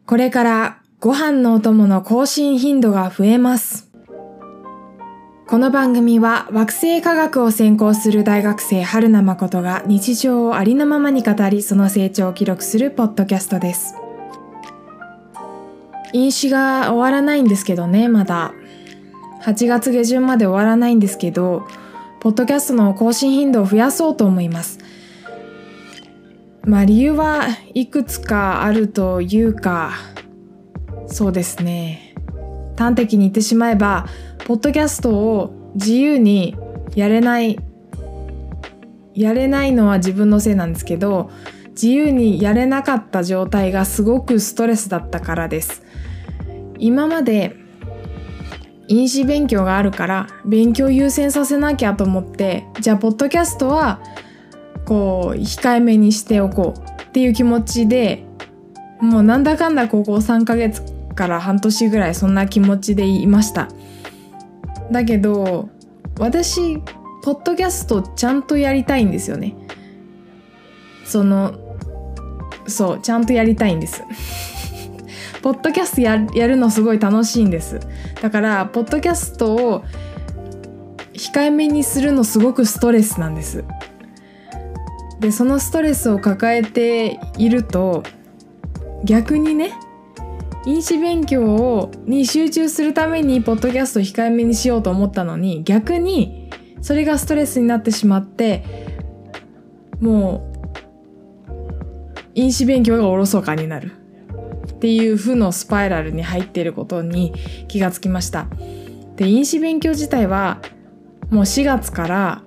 これからご飯のお供の更新頻度が増えます。この番組は惑星科学を専攻する大学生春名誠が日常をありのままに語り、その成長を記録するポッドキャストです。飲酒が終わらないんですけどね、まだ8月下旬まで終わらないんですけど、ポッドキャストの更新頻度を増やそうと思います。理由はいくつかあるというか、そうですね、端的に言ってしまえば、ポッドキャストを自由にやれないのは自分のせいなんですけど、自由にやれなかった状態がすごくストレスだったからです。今まで飲酒勉強があるから勉強優先させなきゃと思って、じゃあポッドキャストは控えめにしておこうっていう気持ちで、もうなんだかんだここ3ヶ月から半年ぐらいそんな気持ちでいました。だけど私ポッドキャストちゃんとやりたいんですよね。ちゃんとやりたいんですポッドキャストやるのすごい楽しいんです。だからポッドキャストを控えめにするのすごくストレスなんです。で、そのストレスを抱えていると、逆にね、飲酒勉強に集中するためにポッドキャストを控えめにしようと思ったのに、逆にそれがストレスになってしまって、もう飲酒勉強がおろそかになるっていう負のスパイラルに入っていることに気がつきました。で、飲酒勉強自体はもう4月から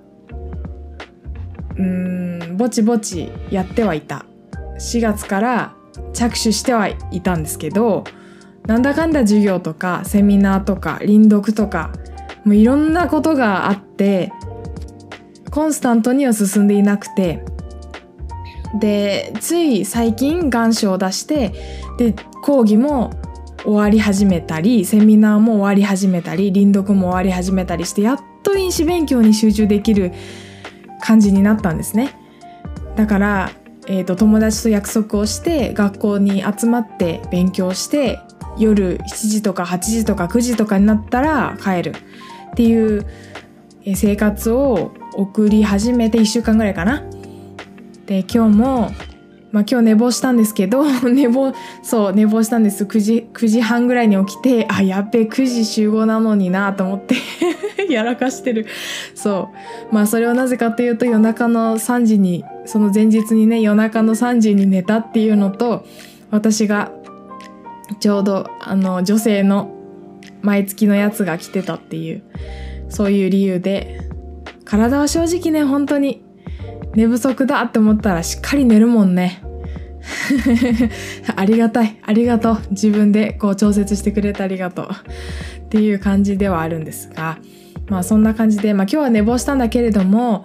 ぼちぼちやってはいた。4月から着手してはいたんですけど、なんだかんだ授業とかセミナーとか臨読とか、もういろんなことがあってコンスタントには進んでいなくて、でつい最近願書を出して、で講義も終わり始めたり、セミナーも終わり始めたり、臨読も終わり始めたりして、やっと飲酒勉強に集中できる感じになったんですね。だから、友達と約束をして学校に集まって勉強して、夜7時とか8時とか9時とかになったら帰るっていう生活を送り始めて1週間ぐらいかな。で、今日寝坊したんですけど寝坊したんです。9時半ぐらいに起きて、やっべ、9時集合なのになと思ってやらかしてる。それはなぜかというと、夜中の3時に、その前日にね、夜中の3時に寝たっていうのと、私がちょうど女性の毎月のやつが来てたっていう、そういう理由で、体は正直ね、本当に寝不足だって思ったらしっかり寝るもんねありがとう、自分で調節してくれてありがとうっていう感じではあるんですが、そんな感じで、今日は寝坊したんだけれども、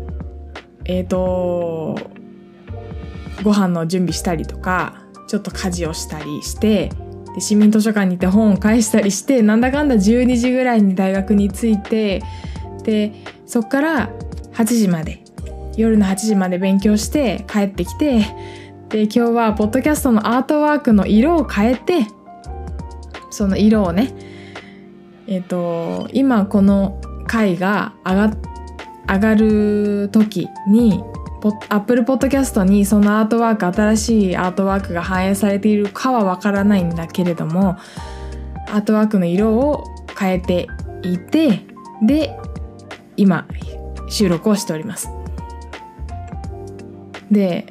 ご飯の準備したりとか、ちょっと家事をしたりして、で市民図書館に行って本を返したりして、なんだかんだ12時ぐらいに大学に着いて、でそっから夜の8時まで勉強して帰ってきて、で今日はポッドキャストのアートワークの色を変えて、その色をね、今この回が上がる時にApple Podcast にそのアートワーク、新しいアートワークが反映されているかはわからないんだけれども、アートワークの色を変えていて、で今収録をしております。で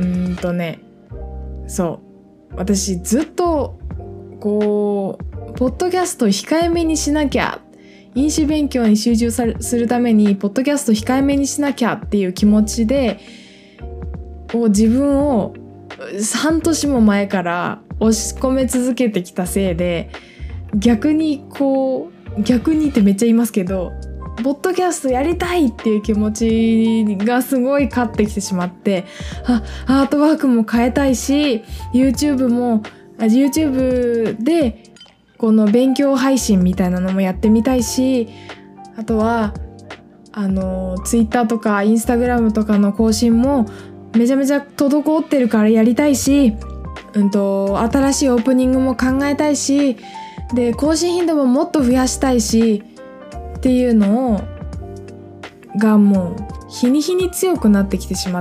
私ずっとポッドキャスト控えめにしなきゃ、飲酒勉強に集中するためにポッドキャスト控えめにしなきゃっていう気持ちで自分を半年も前から押し込め続けてきたせいで、逆にってめっちゃ言いますけど、ポッドキャストやりたいっていう気持ちがすごい勝ってきてしまって、アートワークも変えたいし、YouTube でこの勉強配信みたいなのもやってみたいし、あとはTwitter とか Instagram とかの更新もめちゃめちゃ滞ってるからやりたいし、 新しいオープニングも考えたいし、で更新頻度ももっと増やしたいしっていうのがもう日に日に強くなってきてしまって、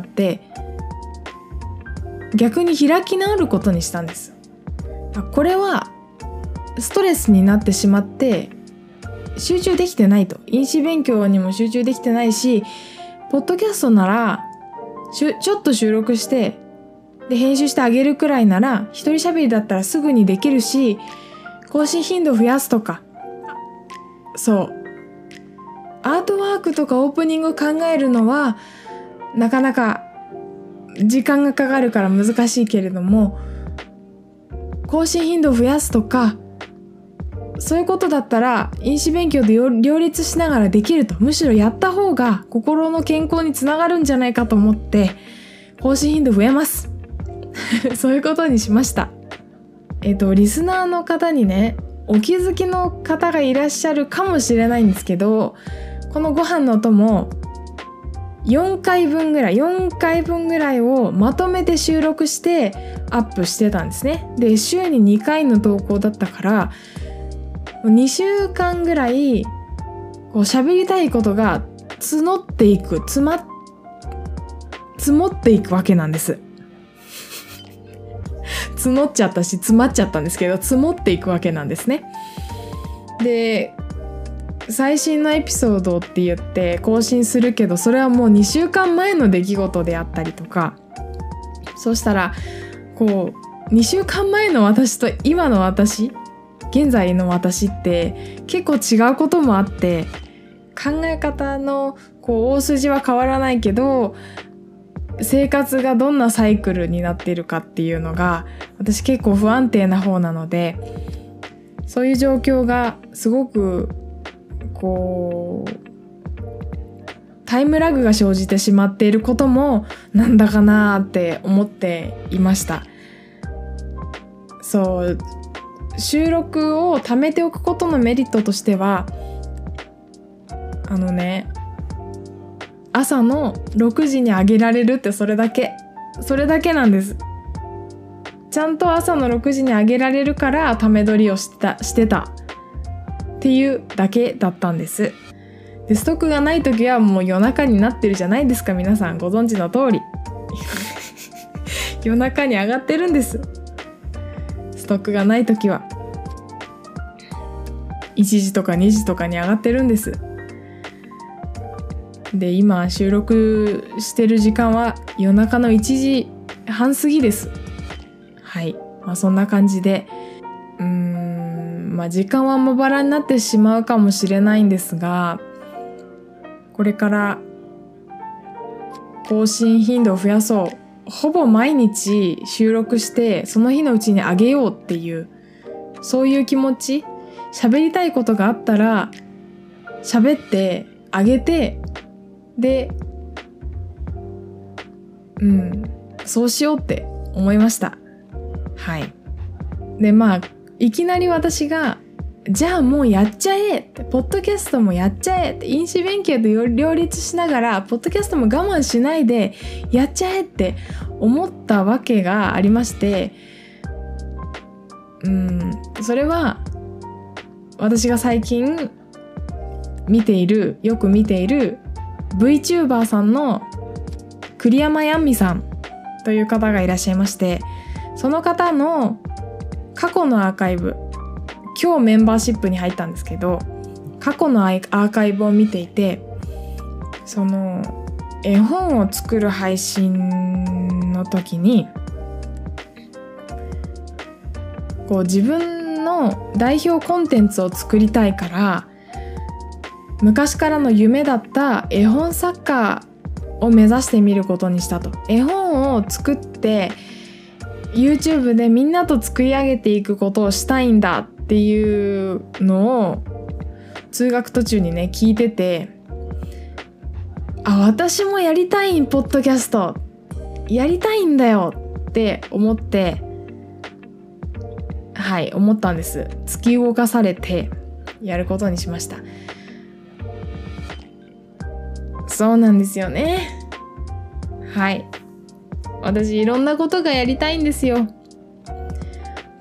逆に開き直ることにしたんです。これはストレスになってしまって集中できてないと、飲酒勉強にも集中できてないし、ポッドキャストならちょっと収録してで編集してあげるくらいなら、一人喋りだったらすぐにできるし、更新頻度増やすとか、そうアートワークとかオープニング考えるのはなかなか時間がかかるから難しいけれども、更新頻度を増やすとかそういうことだったら飲酒勉強で両立しながらできると、むしろやった方が心の健康につながるんじゃないかと思って更新頻度増えますそういうことにしました。リスナーの方にね、お気づきの方がいらっしゃるかもしれないんですけど、このご飯のお供4回分ぐらいをまとめて収録してアップしてたんですね。で、週に2回の投稿だったから2週間ぐらいこう喋りたいことが積もっていくわけなんです。募っちゃったし詰まっちゃったんですけど、積もっていくわけなんですね。で、最新のエピソードって言って更新するけど、それはもう2週間前の出来事であったりとか、そうしたらこう2週間前の私と今の私、現在の私って結構違うこともあって、考え方のこう大筋は変わらないけど、生活がどんなサイクルになっているかっていうのが私結構不安定な方なので、そういう状況がすごくこうタイムラグが生じてしまっていることもなんだかなって思っていました。そう、収録を貯めておくことのメリットとしては、朝の6時に上げられるってそれだけなんです。ちゃんと朝の6時に上げられるからため撮りをしてたっていうだけだったんです。で、ストックがない時はもう夜中になってるじゃないですか。皆さんご存知の通り夜中に上がってるんです。ストックがない時は1時とか2時とかに上がってるんです。で、今収録してる時間は夜中の1時半過ぎです。はい、そんな感じで時間はまばらになってしまうかもしれないんですが、これから更新頻度を増やそう、ほぼ毎日収録してその日のうちに上げようっていう、そういう気持ち、喋りたいことがあったら喋って上げて、でそうしようって思いました。はい。で、いきなり私がじゃあもうやっちゃえって、ポッドキャストもやっちゃえって、飲酒勉強と両立しながらポッドキャストも我慢しないでやっちゃえって思ったわけがありまして、それは私が最近よく見ている VTuber さんの栗山やんみさんという方がいらっしゃいまして、その方の過去のアーカイブ、今日メンバーシップに入ったんですけど、過去のアーカイブを見ていて、その絵本を作る配信の時にこう自分の代表コンテンツを作りたいから、昔からの夢だった絵本作家を目指してみることにしたと。絵本を作ってYouTube でみんなと作り上げていくことをしたいんだっていうのを通学途中にね聞いてて、私もやりたいポッドキャストやりたいんだよって思って、思ったんです。突き動かされてやることにしました。そうなんですよね。はい、私いろんなことがやりたいんですよ。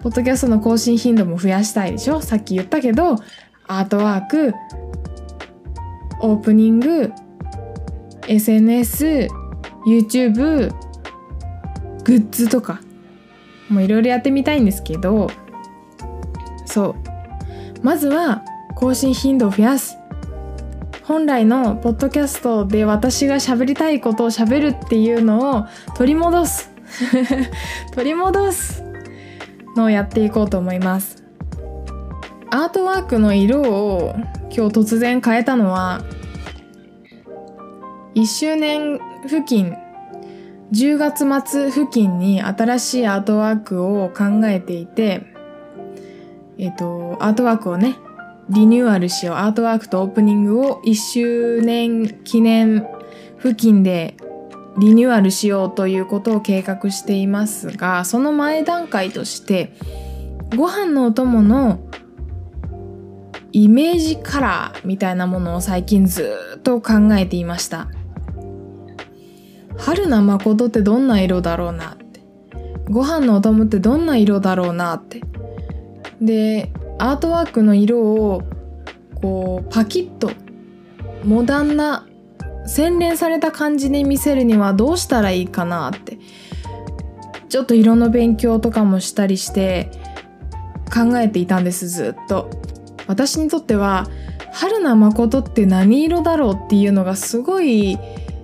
ポッドキャストの更新頻度も増やしたいでしょ。さっき言ったけど、アートワーク、オープニング、SNS、YouTube、グッズとかもういろいろやってみたいんですけど、そうまずは更新頻度を増やす。本来のポッドキャストで私が喋りたいことを喋るっていうのを取り戻す取り戻すのをやっていこうと思います。アートワークの色を今日突然変えたのは1周年付近、10月末付近に新しいアートワークを考えていて、アートワークをねリニューアルしよう。アートワークとオープニングを1周年記念付近でリニューアルしようということを計画していますが、その前段階としてご飯のお供のイメージカラーみたいなものを最近ずっと考えていました。春名誠ってどんな色だろうなって、ご飯のお供ってどんな色だろうなって。でアートワークの色をこうパキッとモダンな洗練された感じで見せるにはどうしたらいいかなって、ちょっと色の勉強とかもしたりして考えていたんです。ずっと私にとっては春名誠って何色だろうっていうのがすごい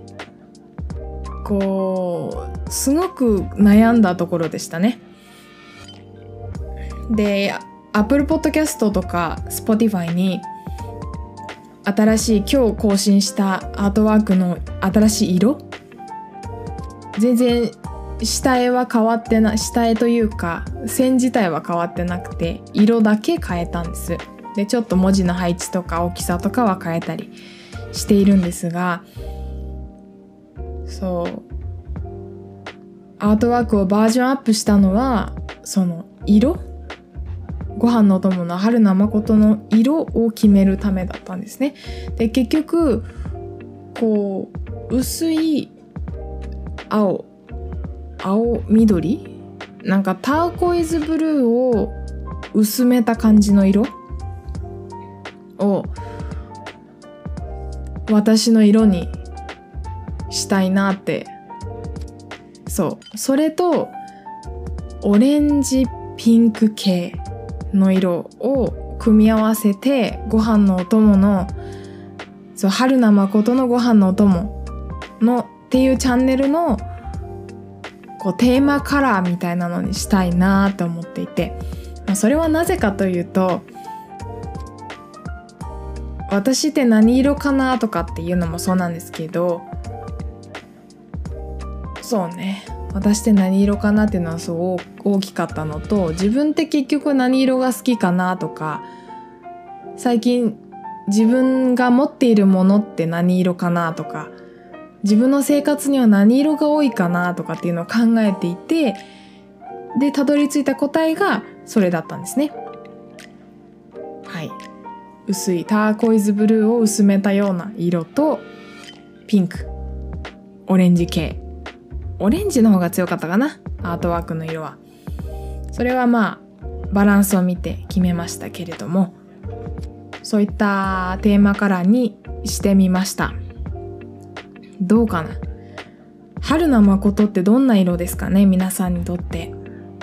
すごく悩んだところでしたね。で、Apple Podcast とか Spotify に新しい今日更新したアートワークの新しい色、全然下絵は変わってない、下絵というか線自体は変わってなくて色だけ変えたんです。でちょっと文字の配置とか大きさとかは変えたりしているんですが、そうアートワークをバージョンアップしたのはその色、ご飯のお供の春名誠の色を決めるためだったんですね。で結局薄い青緑、なんかターコイズブルーを薄めた感じの色を私の色にしたいなって。それとオレンジピンク系の色を組み合わせてご飯のお供の春名誠のご飯のお供のっていうチャンネルのテーマカラーみたいなのにしたいなと思っていて、それはなぜかというと、私って何色かなとかっていうのもそうなんですけど、そうね、私って何色かなっていうのはそう大きかったのと、自分って結局何色が好きかなとか、最近自分が持っているものって何色かなとか、自分の生活には何色が多いかなとかっていうのを考えていて、でたどり着いた答えがそれだったんですね。はい、薄いターコイズブルーを薄めたような色とピンク、オレンジ系、オレンジの方が強かったかな、アートワークの色は。それはバランスを見て決めましたけれども、そういったテーマカラーにしてみました。どうかな、春名誠ってどんな色ですかね、皆さんにとって。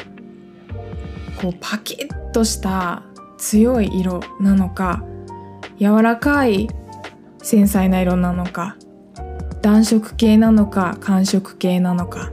パキッとした強い色なのか、柔らかい繊細な色なのか、暖色系なのか寒色系なのか、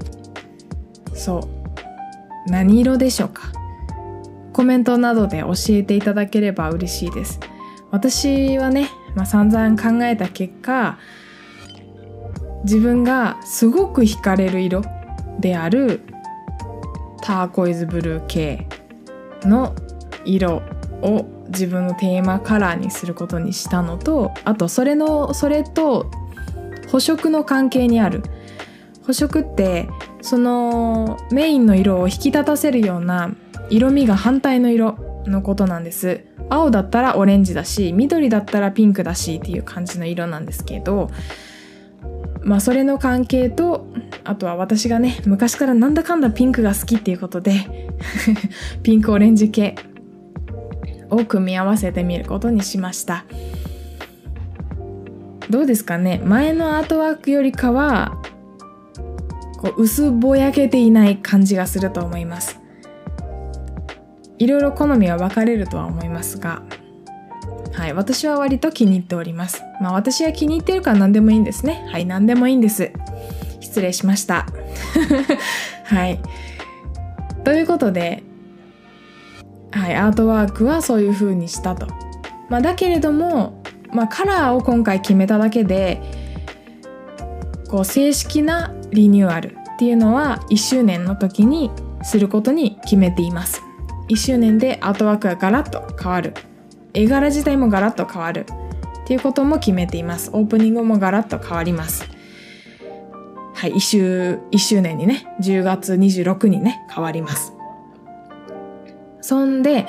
何色でしょうか。コメントなどで教えていただければ嬉しいです。私はね、散々考えた結果、自分がすごく惹かれる色であるターコイズブルー系の色を自分のテーマカラーにすることにしたのと、あとそれと補色の関係にある。補色ってそのメインの色を引き立たせるような色味が反対の色のことなんです。青だったらオレンジだし、緑だったらピンクだしっていう感じの色なんですけど、それの関係とあとは私がね昔からなんだかんだピンクが好きっていうことでピンクオレンジ系を組み合わせてみることにしました。どうですかね、前のアートワークよりかはこう薄ぼやけていない感じがすると思います。いろいろ好みは分かれるとは思いますが、はい、私は割と気に入っております。私は気に入ってるから何でもいいんですね。はい、何でもいいんです。失礼しましたはい、ということで、はい、アートワークはそういう風にしたと。だけれども、カラーを今回決めただけでこう正式なリニューアルっていうのは1周年の時にすることに決めています。1周年でアートワークがガラッと変わる、絵柄自体もガラッと変わるっていうことも決めています。オープニングもガラッと変わります。はい、1周年にね、10月26にね変わります。そんで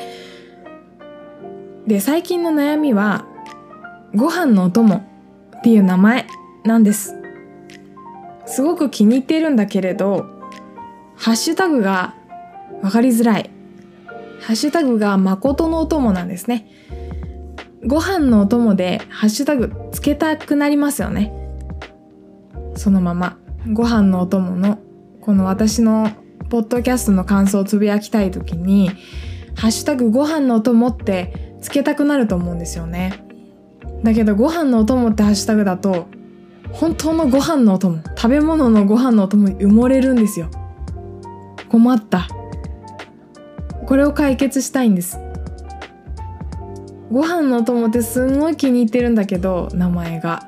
最近の悩みはご飯のお供っていう名前なんです。すごく気に入っているんだけれど、ハッシュタグがわかりづらい。ハッシュタグが誠のお供なんですね。ご飯のお供でハッシュタグつけたくなりますよね。そのままご飯のお供のこの私のポッドキャストの感想をつぶやきたいときにハッシュタグご飯のお供ってつけたくなると思うんですよね。だけどご飯のお供ってハッシュタグだと本当のご飯のお供、食べ物のご飯のお供に埋もれるんですよ。困った。これを解決したいんです。ご飯のお供ってすんごい気に入ってるんだけど、名前が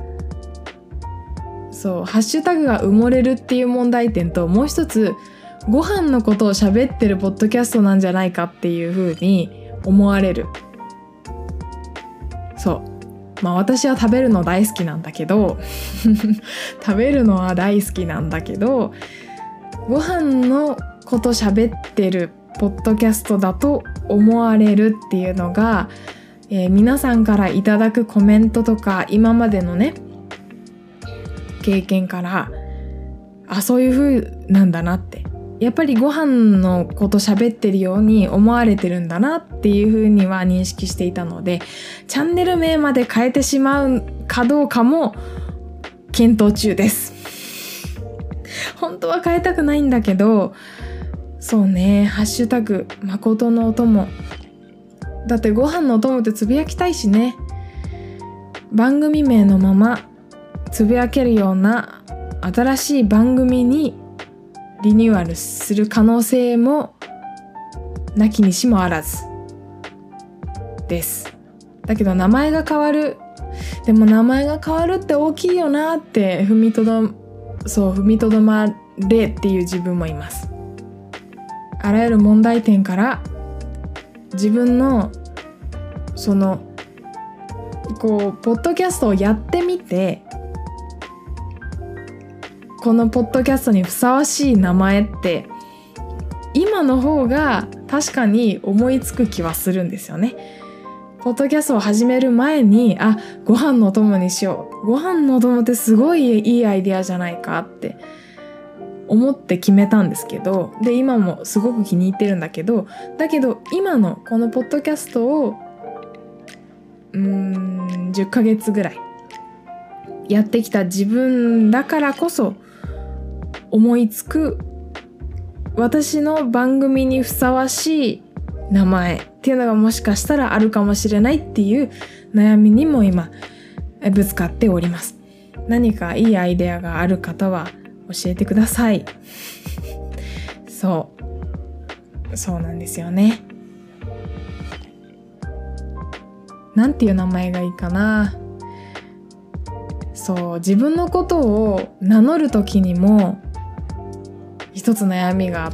そうハッシュタグが埋もれるっていう問題点と、もう一つご飯のことを喋ってるポッドキャストなんじゃないかっていう風に思われる。そう私は食べるの大好きなんだけど食べるのは大好きなんだけど、ご飯のこと喋ってるポッドキャストだと思われるっていうのが、皆さんからいただくコメントとか今までのね経験から、そういう風なんだなって、やっぱりご飯のこと喋ってるように思われてるんだなっていう風には認識していたので、チャンネル名まで変えてしまうかどうかも検討中です。本当は変えたくないんだけど、そうね、ハッシュタグ誠のお供、だってご飯のお供ってつぶやきたいしね。番組名のままつぶやけるような新しい番組にリニューアルする可能性もなきにしもあらずです。だけど名前が変わる、でも名前が変わるって大きいよなって踏みとどまれっていう自分もいます。あらゆる問題点から自分のポッドキャストをやってみて、このポッドキャストにふさわしい名前って今の方が確かに思いつく気はするんですよね。ポッドキャストを始める前にご飯のお供にしよう、ご飯のお供ってすごいいいアイデアじゃないかって思って決めたんですけど、で今もすごく気に入ってるんだけど、今のこのポッドキャストを10ヶ月ぐらいやってきた自分だからこそ思いつく私の番組にふさわしい名前っていうのがもしかしたらあるかもしれないっていう悩みにも今ぶつかっております。何かいいアイデアがある方は教えてください。そうなんですよね。なんていう名前がいいかな。自分のことを名乗る時にも一つ悩みがあって、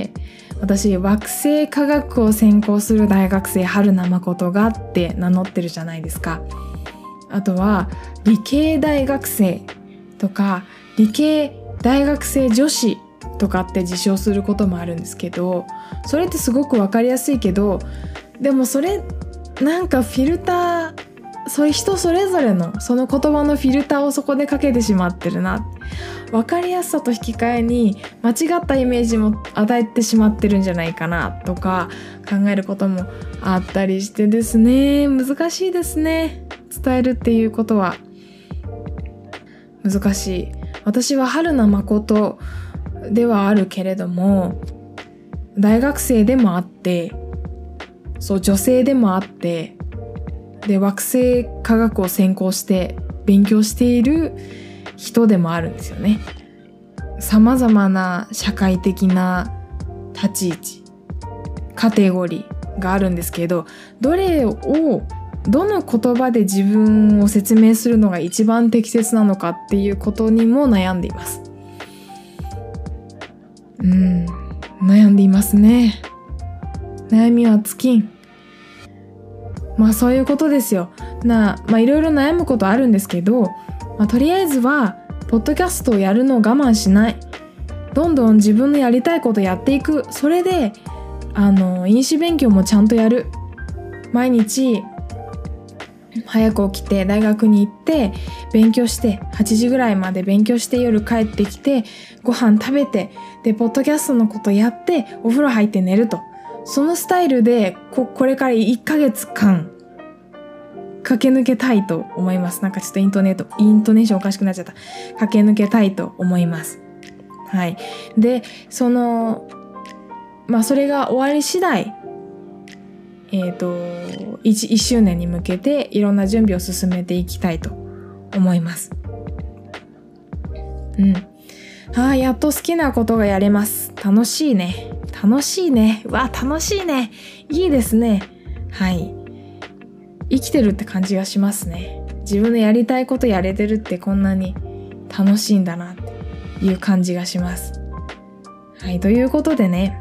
私惑星科学を専攻する大学生春名誠がって名乗ってるじゃないですか。あとは理系大学生とか理系大学生女子とかって自称することもあるんですけど、それってすごくわかりやすいけど、でもそれなんかフィルター、そういう人それぞれのその言葉のフィルターをそこでかけてしまってるな。 分かりやすさと引き換えに間違ったイメージも与えてしまってるんじゃないかなとか考えることもあったりしてですね、難しいですね。伝えるっていうことは難しい。私は春名誠ではあるけれども、大学生でもあって、そう女性でもあって、で惑星科学を専攻して勉強している人でもあるんですよね。様々な社会的な立ち位置、カテゴリーがあるんですけど、どの言葉で自分を説明するのが一番適切なのかっていうことにも悩んでいます。悩んでいますね。悩みは尽きん。そういうことですよ。いろいろ悩むことあるんですけど、とりあえずはポッドキャストをやるのを我慢しない。どんどん自分のやりたいことやっていく。それで飲酒勉強もちゃんとやる。毎日早く起きて大学に行って勉強して8時ぐらいまで勉強して夜帰ってきてご飯食べてでポッドキャストのことやってお風呂入って寝ると、そのスタイルでこれから1ヶ月間駆け抜けたいと思います。ちょっとイントネーションおかしくなっちゃった。駆け抜けたいと思います。はい。でそれが終わり次第1周年に向けていろんな準備を進めていきたいと思います。やっと好きなことがやれます。楽しいね。楽しいね。いいですね。はい。生きてるって感じがしますね。自分のやりたいことやれてるってこんなに楽しいんだなっていう感じがします。はい。ということでね、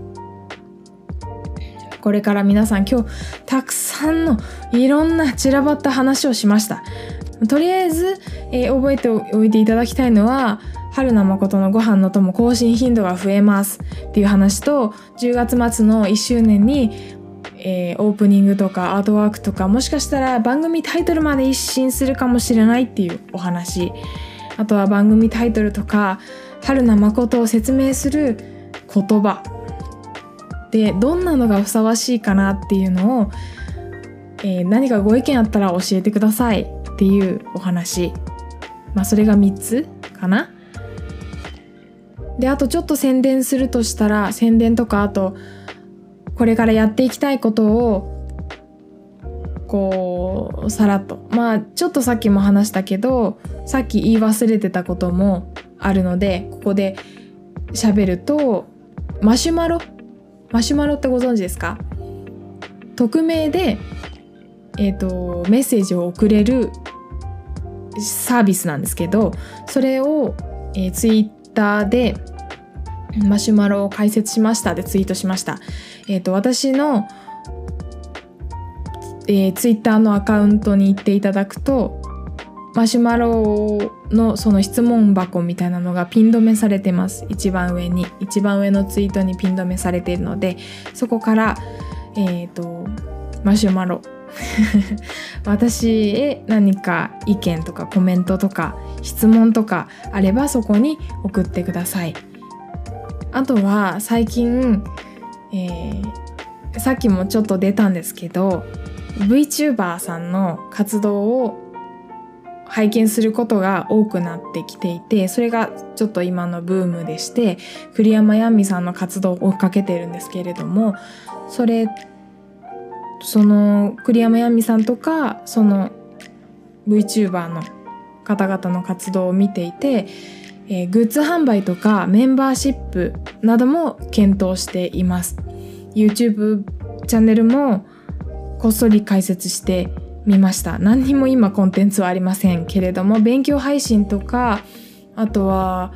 これから皆さん今日たくさんのいろんな散らばった話をしました。とりあえず、覚えておいていただきたいのは、春名誠のご飯の友更新頻度が増えますっていう話と、10月末の1周年に、オープニングとかアートワークとか、もしかしたら番組タイトルまで一新するかもしれないっていうお話、あとは番組タイトルとか春名誠を説明する言葉でどんなのがふさわしいかなっていうのを、何かご意見あったら教えてくださいっていうお話、それが3つかな。であとちょっと宣伝するとしたら、宣伝とかあとこれからやっていきたいことをさらっと、ちょっとさっきも話したけど、さっき言い忘れてたこともあるのでここで喋ると、マシュマロってご存知ですか？匿名でメッセージを送れるサービスなんですけど、それを、ツイッターでマシュマロを開設しましたでツイートしました。私の、ツイッターのアカウントに行っていただくと、マシュマロのその質問箱みたいなのがピン止めされてます。一番上のツイートにピン止めされているので、そこからマシュマロ私へ何か意見とかコメントとか質問とかあればそこに送ってください。あとは最近、さっきもちょっと出たんですけど VTuber さんの活動を拝見することが多くなってきていて、それがちょっと今のブームでして、栗山やんみさんの活動を追っかけてるんですけれども、その栗山やんみさんとかその VTuber の方々の活動を見ていて、グッズ販売とかメンバーシップなども検討しています。 YouTube チャンネルもこっそり開設してみました。何にも今コンテンツはありませんけれども、勉強配信とか、あとは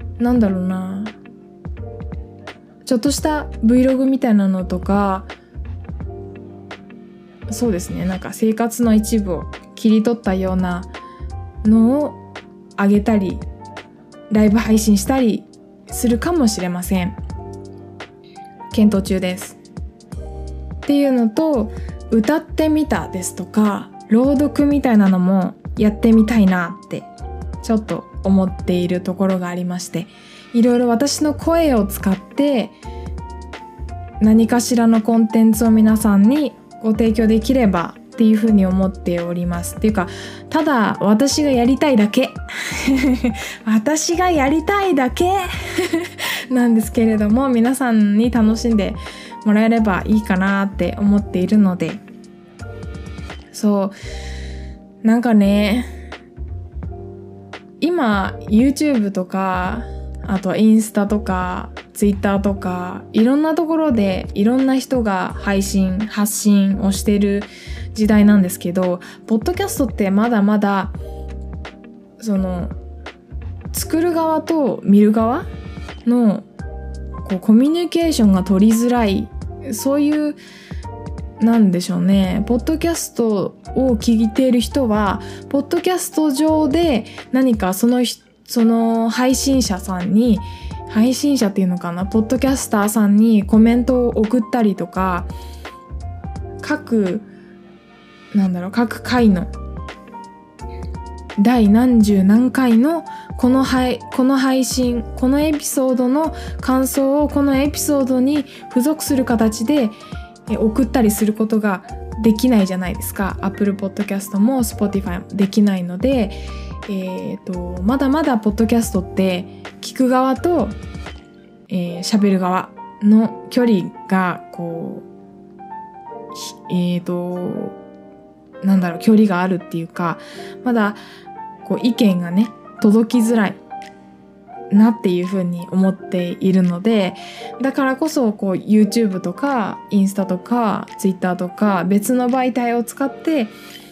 ちょっとした Vlog みたいなのとか、そうですね、生活の一部を切り取ったようなのを上げたりライブ配信したりするかもしれません。検討中ですっていうのと、歌ってみたですとか朗読みたいなのもやってみたいなってちょっと思っているところがありまして、いろいろ私の声を使って何かしらのコンテンツを皆さんにご提供できればっていうふうに思っております。っていうか、ただ私がやりたいだけ私がやりたいだけなんですけれども、皆さんに楽しんでもらえればいいかなって思っているので、そうなんかね、今 YouTube とか、あとはインスタとか Twitter とか、いろんなところでいろんな人が発信をしている時代なんですけど、ポッドキャストってまだまだその作る側と見る側のこうコミュニケーションが取りづらい、そういうなんでしょうね。ポッドキャストを聞いている人はポッドキャスト上で何かその配信者っていうのかな、ポッドキャスターさんにコメントを送ったりとか、各回の第何十何回のこの配信、このエピソードの感想をこのエピソードに付属する形で送ったりすることができないじゃないですか。 Apple Podcast も Spotify もできないので、まだまだポッドキャストって聞く側と喋る側の距離がこう距離があるっていうか、まだこう意見がね届きづらいなっていうふうに思っているので、だからこそこう YouTube とかインスタとか Twitter とか別の媒体を使って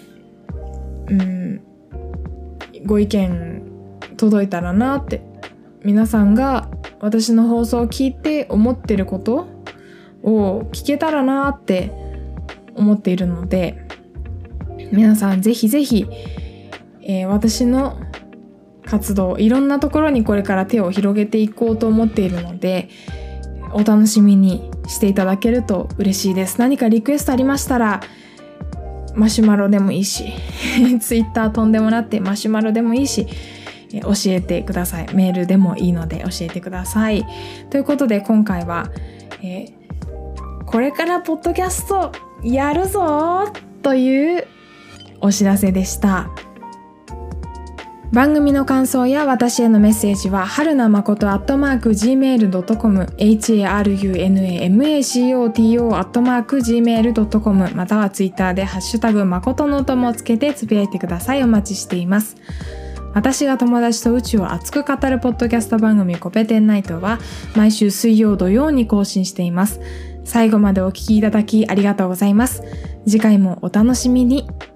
ご意見届いたらなって、皆さんが私の放送を聞いて思ってることを聞けたらなって思っているので、皆さんぜひぜひ、私の活動、いろんなところにこれから手を広げていこうと思っているので、お楽しみにしていただけると嬉しいです。何かリクエストありましたらマシュマロでもいいしツイッター飛んでもらってマシュマロでもいいし、教えてください。メールでもいいので教えてください。ということで今回は、これからポッドキャストやるぞというお知らせでした。番組の感想や私へのメッセージはharunamakoto@gmail.com harunamakoto@gmail.com またはツイッターでハッシュタグまことのともをつけてつぶやいてください。お待ちしています。私が友達と宇宙を熱く語るポッドキャスト番組コペテンナイトは毎週水曜土曜に更新しています。最後までお聞きいただきありがとうございます。次回もお楽しみに。